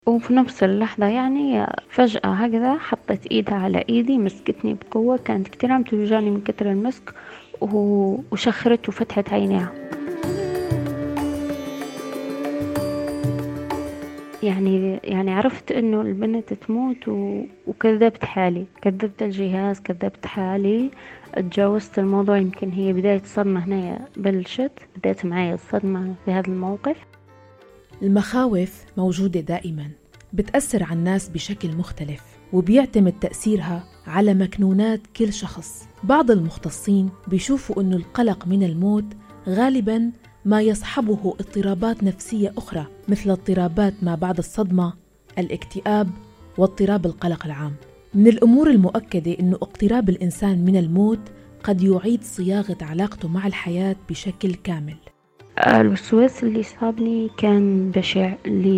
وفي نفس اللحظة يعني فجأة هكذا حطت ايدها على ايدي، مسكتني بقوة، كانت كتير عم توجعني من كتر المسك، وشخرت وفتحت عينيها. يعني عرفت انه البنت تموت وكذبت حالي، كذبت الجهاز، كذبت حالي، اتجاوزت الموضوع. يمكن هي بداية صدمة هنا بلشت، بدأت معي الصدمة في هذا الموقف. المخاوف موجودة دائما، بتأثر على الناس بشكل مختلف، وبيعتمد تأثيرها على مكنونات كل شخص. بعض المختصين بيشوفوا أنه القلق من الموت غالباً ما يصحبه اضطرابات نفسية أخرى، مثل اضطرابات ما بعد الصدمة، الاكتئاب، واضطراب القلق العام. من الأمور المؤكدة أنه اقتراب الإنسان من الموت قد يعيد صياغة علاقته مع الحياة بشكل كامل. الوسواس اللي صابني كان بشع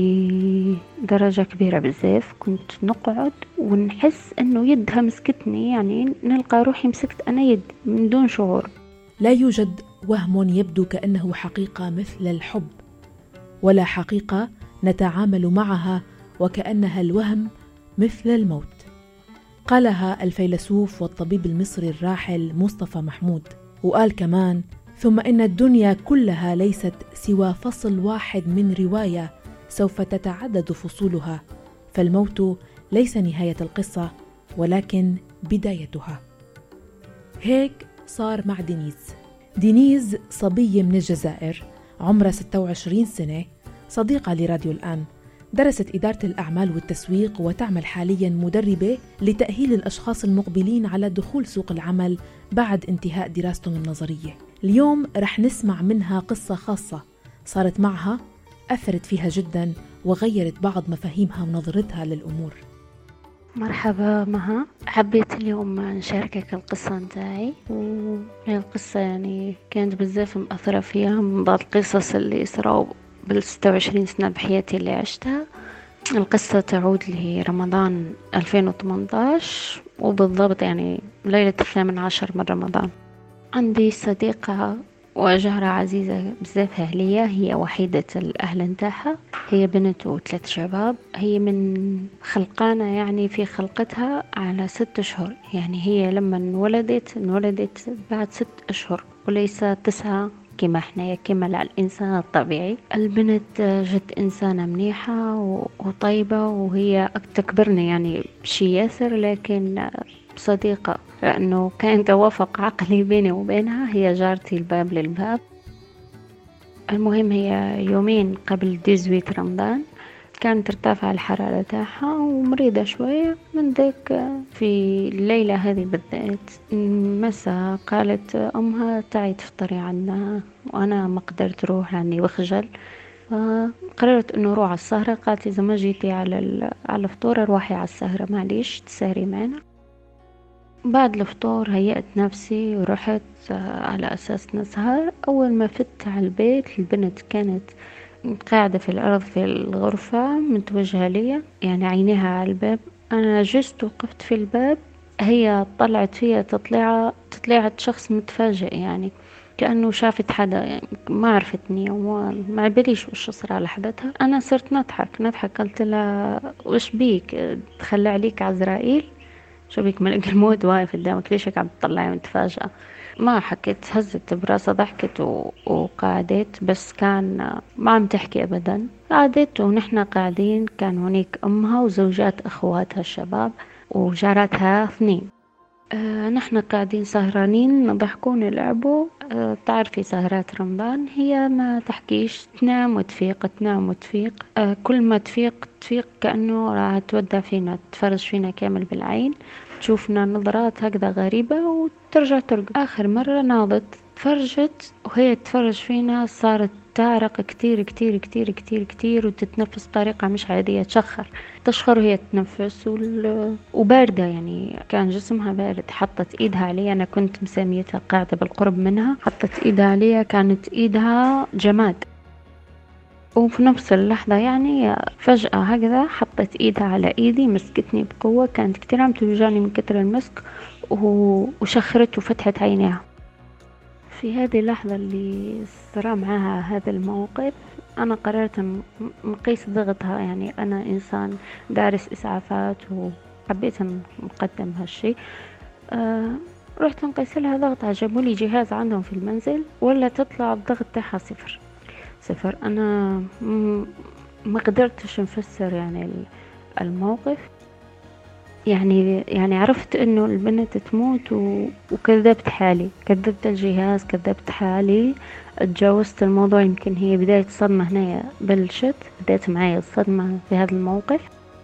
لدرجة كبيرة بزاف. كنت نقعد ونحس انه يدها مسكتني، يعني نلقى روحي مسكت انا يد من دون شعور. لا يوجد وهم يبدو كأنه حقيقة مثل الحب، ولا حقيقة نتعامل معها وكأنها الوهم مثل الموت. قالها الفيلسوف والطبيب المصري الراحل مصطفى محمود. وقال كمان: ثم إن الدنيا كلها ليست سوى فصل واحد من رواية سوف تتعدد فصولها، فالموت ليس نهاية القصة ولكن بدايتها. هيك صار مع دينيز صبية من الجزائر، عمرها 26 سنة، صديقة لراديو الآن. درست إدارة الأعمال والتسويق، وتعمل حالياً مدربة لتأهيل الأشخاص المقبلين على دخول سوق العمل بعد انتهاء دراستهم النظرية. اليوم رح نسمع منها قصة خاصة صارت معها، أثرت فيها جداً وغيرت بعض مفاهيمها ونظرتها للأمور. مرحبا مها، حبيت اليوم نشاركك القصة نتاعي. وهي القصة يعني كانت بزاف مأثرة فيها، من بعض القصص اللي صاروا بال26 سنة بحياتي اللي عشتها. القصة تعود لرمضان 2018، وبالضبط يعني ليلة 18 من رمضان. عندي صديقة وجارة عزيزة بزاف عليا، هي وحيدة الأهل نتاعها، هي بنت و3 شباب. هي من خلقانة يعني في خلقتها على 6 أشهر، يعني هي لما انولدت بعد 6 أشهر وليس 9 كما احنا، كما الإنسان الطبيعي. البنت جد إنسانة منيحة وطيبة، وهي تكبرني يعني بشي ياسر، لكن صديقة، لأنه كان توافق عقلي بيني وبينها. هي جارتي الباب للباب. المهم هي يومين قبل 18 رمضان كانت ترتفع الحرارة تاعها ومريضة شوية. من ذاك في الليلة هذه بالذات مساء قالت أمها تعي تفطري عنا، وأنا ما قدرت روح لأني بخجل. فقررت انه روح على السهرة. قالت إذا ما جيتي على الفطور روحي على السهرة، معليش تسهري معنا. بعد الفطور هيأت نفسي ورحت على أساس نسهر. أول ما فت على البيت البنت كانت قاعدة في الأرض في الغرفة متوجهة لي، يعني عينيها على الباب. أنا جست وقفت في الباب، هي طلعت فيها تطلعت شخص متفاجئ، يعني كأنه شافت حدا، يعني ما عرفتني وما عباليش وش صار على لحظتها. أنا صرت نضحك. قلت لها وش بيك، تخلى عليك عزرائيل؟ شو بيك ملك الموت واقف قدامك، ليش هيك عم تطلعي متفاجئة؟ ما حكيت، هزت براسها، ضحكت وقعدت. بس كان ما عم تحكي ابدا. قعدت ونحنا قاعدين، كان هناك امها وزوجات اخواتها الشباب وجاراتها 2. نحن قاعدين سهرانين نضحكون نلعبوا. بتعرفي سهرات رمضان هي ما تحكيش، تنام وتفيق، تنام وتفيق. كل ما تفيق كأنه راح تودع فينا، تفرج فينا كامل بالعين، تشوفنا نظرات هكذا غريبة وترجع ترقد. آخر مرة ناضت تفرجت وهي تتفرج فينا، صارت تعرق كتير كتير كتير كتير كتير، وتتنفس بطريقة مش عادية، تشخر وهي تتنفس وباردة، يعني كان جسمها بارد. حطت ايدها علي، انا كنت مساميتها قاعدة بالقرب منها، حطت ايدها علي كانت ايدها جماد. وفي نفس اللحظة يعني فجأة هكذا حطت ايدها على ايدي، مسكتني بقوة، كانت كتير عم توجعني من كتر المسك، وشخرت وفتحت عينيها. في هذه اللحظة اللي صار معها هذا الموقف أنا قررت نقيس ضغطها. يعني أنا إنسان دارس إسعافات وحبيت نقدم هالشي. أه رحت نقيس لها ضغطها، جابوا لي جهاز عندهم في المنزل ولا تطلع الضغط تاعها صفر صفر. أنا ما قدرتش نفسر يعني الموقف. يعني عرفت انه البنت تموت وكذبت حالي، كذبت الجهاز، كذبت حالي، اتجاوزت الموضوع. يمكن هي بداية صدمة هنا بلشت، بدأت معي الصدمة في هذا الموقف.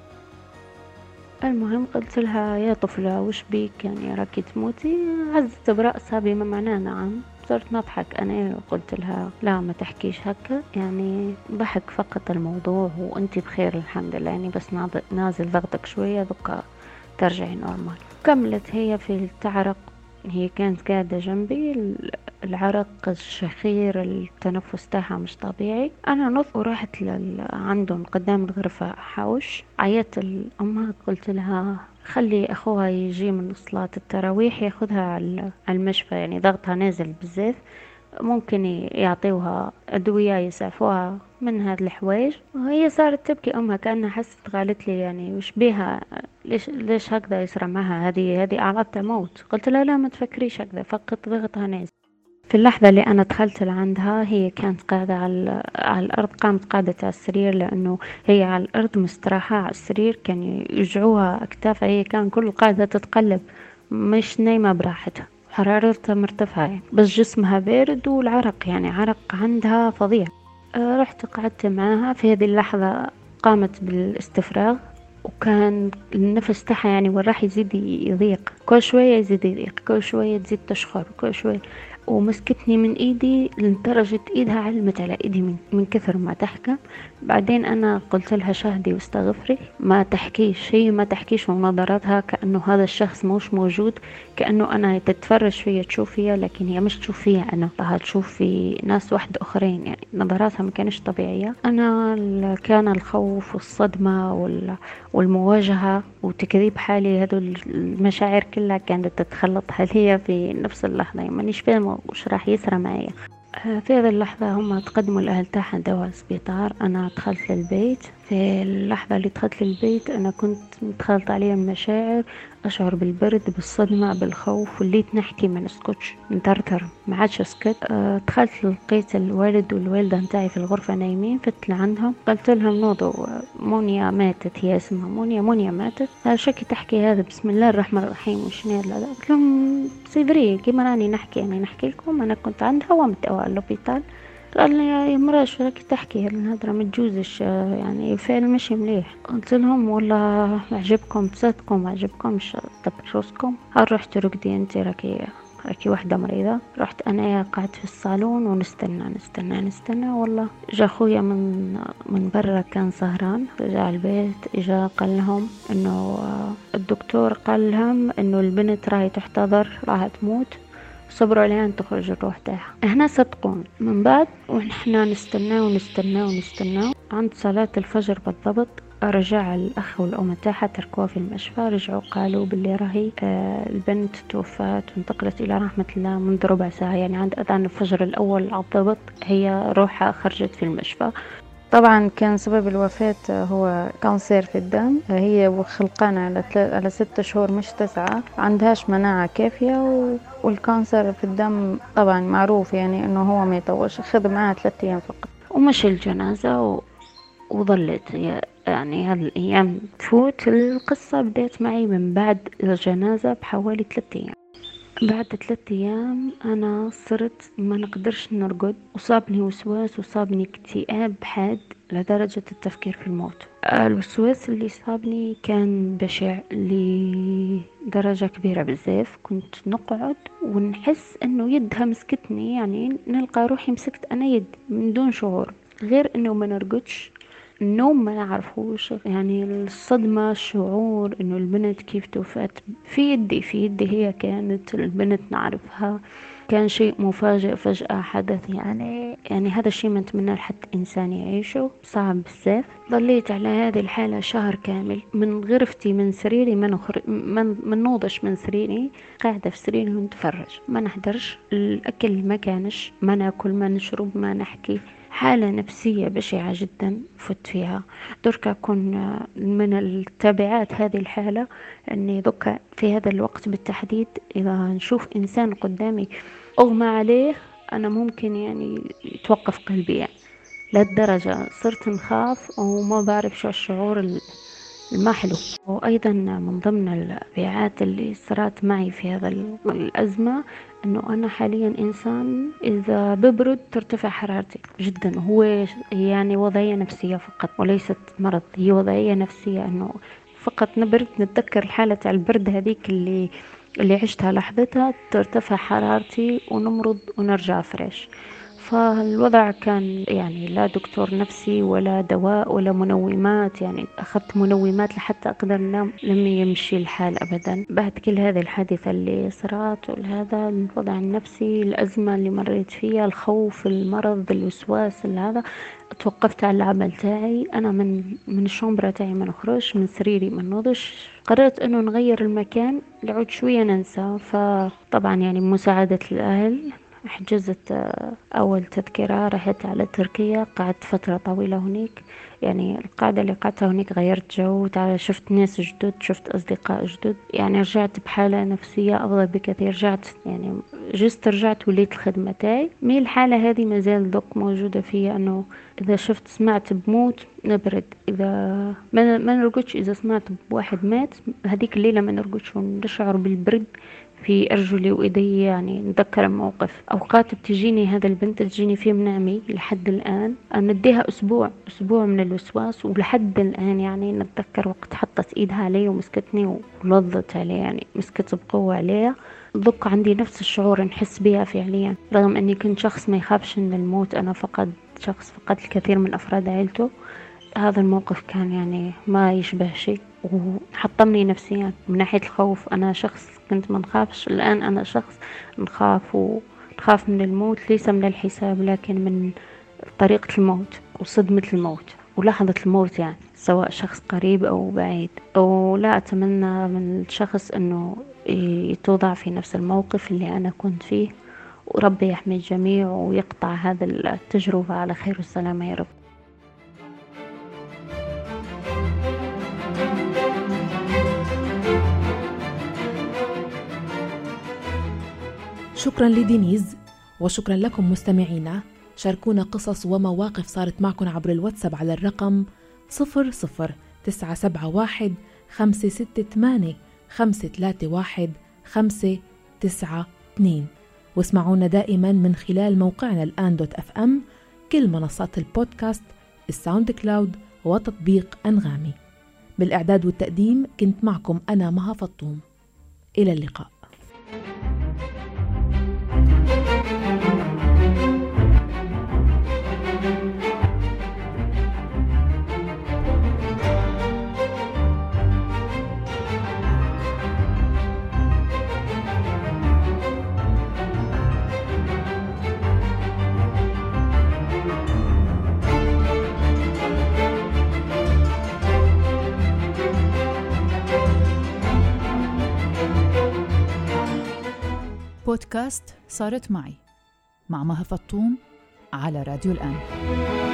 المهم قلت لها يا طفلة وش بيك، يعني راكي تموتي؟ هزت برأسها بما معناه نعم. صرت نضحك أنا وقلت لها لا ما تحكيش هكا، يعني ضحك فقط الموضوع وانتي بخير الحمد لله، يعني بس نازل ضغطك شوية ذكا ترجعي نورمال. كملت هي في التعرق، هي كانت قاعدة جنبي، العرق، الشخير، التنفس تاعها مش طبيعي. انا نط ورحت عندهم قدام الغرفة حوش، عيطت لأمها قلت لها خلي اخوها يجي من صلاة التراويح ياخدها على المشفى، يعني ضغطها نازل بزاف، ممكن يعطيوها أدوية يسعفوها من هذه الحوايج. وهي صارت تبكي أمها كأنها حست، قالت لي يعني وش بيها، ليش هكذا يصير معها، هذه أعراض موت. قلت لها لا ما تفكريش هكذا، فقط ضغطها نازل. في اللحظة اللي أنا دخلت لعندها هي كانت قاعدة على الأرض، قامت قاعدة على السرير، لأنه هي على الأرض مستراحة على السرير، كان يوجعوها أكتافها، هي كان كل قاعدة تتقلب مش نايمة براحتها، حرارتها مرتفعة يعني، بس جسمها بارد والعرق يعني عرق عندها فظيع. رحت قعدت معاها في هذه اللحظة، قامت بالاستفراغ، وكان النفس تاعها يعني وين راح يزيد يضيق، كل شوية يزيد يضيق، كل شوية تزيد تشخر، كل شوية. ومسكتني من ايدي لدرجة ايدها علمت على ايدي من كثر ما تحكى. بعدين انا قلت لها شهدي واستغفري، ما تحكيش، هي ما تحكيش، ونظراتها كأنه هذا الشخص مش موجود، كأنه انا تتفرج فيا تشوف فيا، لكن هي مش تشوف فيا انا، راح تشوف في ناس واحد اخرين، يعني نظراتها ما كانش طبيعية. انا كان الخوف والصدمة والمواجهة وتكذيب حالي، هذول المشاعر كلها كانت تتخلط عليا في نفس اللحظة، يعني مانيش فاهمة وش راح يسرى معايا. في هذه اللحظة هم تقدموا الأهل تاعها دواء سبيطار. أنا دخلت للبيت، في اللحظة اللي دخلت للبيت أنا كنت متخلط علي المشاعر، أشعر بالبرد، بالصدمة، بالخوف، وليت نحكي ما نسكتش، نترتر ما عادش اسكت. دخلت لقيت الوالد والوالدة نتاعي في الغرفة نايمين، فت لعندهم قلت لهم نوضوا، مونيا ماتت، هي اسمها مونيا ماتت. شكي تحكي هذا بسم الله الرحمن الرحيم وشنو هذا؟ قلت لهم سيفري كيما راني نحكي، يعني نحكي لكم انا كنت عندها ومتوا اللوبيتال. قال لي يا مرا شو راكي تحكي، الهضره ما تجوزش، يعني فعل ماشي مليح. قلت لهم والله عجبكم تصدقوا ما عجبكمش دبر روسكم، هل رحت رقدي انت، راكي واحدة مريضة. رحت انا قعدت في الصالون ونستنى والله جا خويا من برا كان سهران، رجع البيت، اجا قال لهم انه الدكتور قال لهم انه البنت راهي تحتضر، راح تموت، صبروا عليها ان تخرج الروح تاعها. هنا صدقون. من بعد ونحنا نستناو عند صلاة الفجر بالضبط، رجع الأخ والأم تاعها تركوها في المشفى، رجعوا قالوا باللي راهي البنت توفات وانتقلت إلى رحمة الله منذ ربع ساعة، يعني عند أذان الفجر الأول على الضبط هي روحها خرجت في المشفى. طبعا كان سبب الوفاة هو كانسير في الدم، هي وخلقانة على 6 شهور مش 9، عندهاش مناعة كافية والكانسر في الدم طبعا معروف يعني انه هو ما يطولش، خذ معها 3 أيام فقط. ومشي الجنازة وظلت يعني هالأيام تفوت. القصة بدأت معي من بعد الجنازة بحوالي 3 أيام. بعد 3 أيام أنا صرت ما نقدرش نرقد، وصابني وسواس وصابني اكتئاب حاد لدرجة التفكير في الموت. الوسواس اللي صابني كان بشع لدرجة كبيرة بزاف، كنت نقعد ونحس انه يدها مسكتني، يعني نلقى روحي مسكت انا يد من دون شعور، غير انه ما نرقدش، النوم ما نعرفوش، يعني الصدمة، الشعور انه البنت كيف توفت في يدي هي كانت البنت نعرفها، كان شيء مفاجئ فجأة حدث، يعني هذا الشيء ما نتمنى لحد إنسان يعيشه، صعب بزاف. ظليت على هذه الحالة شهر كامل، من غرفتي من سريري من نوضش من سريري، قاعدة في سريري ونتفرج، ما نحضرش الأكل، ما كانش، ما ناكل، ما نشرب، ما نحكي، حالة نفسية بشعة جدا فت فيها. درك أكون من التابعات هذه الحالة أني ذكا في هذا الوقت بالتحديد إذا نشوف إنسان قدامي أغمى عليه، أنا ممكن يعني يتوقف قلبي يعني، لهالدرجة صرت نخاف وما بعرف شو الشعور المحلو. وأيضا من ضمن البيعات اللي صارت معي في هذا الأزمة أنه أنا حاليا إنسان إذا ببرد ترتفع حرارتي جدا. هو يعني وضعية نفسية فقط وليست مرض، هي وضعية نفسية أنه فقط نبرد، نتذكر حالة البرد هذيك اللي عشتها لحظتها ترتفع حرارتي ونمرض ونرجع فريش. فالوضع كان يعني لا دكتور نفسي ولا دواء ولا منومات، يعني أخذت منومات لحتى أقدر أنام، لم يمشي الحال أبدا. بعد كل هذه الحادثة اللي صارت وهذا الوضع النفسي، الأزمة اللي مريت فيها، الخوف، المرض، الوسواس، هذا توقفت على العمل تاعي. أنا من الشومبرة تاعي ما نخرج، من سريري ما نوضش، قررت أنه نغير المكان لعود شوية ننسى. فطبعا يعني بمساعدة الأهل حجزت أول تذكرة، رحت على تركيا، قعدت فترة طويلة هناك. يعني القعدة اللي قعدتها هناك غيرت جو، شفت ناس جدد، شفت أصدقاء جدد، يعني رجعت بحالة نفسية أفضل بكثير. رجعت يعني رجعت وليت الخدمة تاعي. من الحالة هذه مازال دوك موجودة فيا، أنه إذا سمعت بموت نبرد، إذا ما نرقدش، إذا سمعت بواحد مات هذيك الليلة ما نرقدش، ونشعر بالبرد في أرجلي وإيدي. يعني نتذكر الموقف. أوقات بتجيني هذا البنت تجيني فيه منامي لحد الآن، نديها أسبوع من الوسواس، ولحد الآن يعني نتذكر وقت حطت إيدها علي ومسكتني ولضت علي، يعني مسكت بقوة عليها. ذوق عندي نفس الشعور نحس بها فعليا، رغم أني كنت شخص ما يخافش من الموت. أنا شخص فقد الكثير من أفراد عائلته. هذا الموقف كان يعني ما يشبه شيء، وحطمني نفسيا من ناحية الخوف. أنا شخص كنت ما نخافش، الآن أنا شخص نخاف من الموت، ليس من الحساب لكن من طريقة الموت وصدمة الموت ولحظة الموت، يعني سواء شخص قريب أو بعيد. ولا أتمنى من الشخص أنه يتوضع في نفس الموقف اللي أنا كنت فيه. وربي يحمي الجميع ويقطع هذا التجربة على خير والسلامة يا رب. شكرا لدينيز، وشكرا لكم مستمعينا. شاركونا قصص ومواقف صارت معكم عبر الواتساب على الرقم 00971 568 531 592. واسمعونا دائما من خلال موقعنا الآن.fm، كل منصات البودكاست، الساوند كلاود وتطبيق أنغامي. بالإعداد والتقديم كنت معكم أنا مها فطوم. إلى اللقاء. بودكاست صارت معي مع مها فطوم على راديو الآن.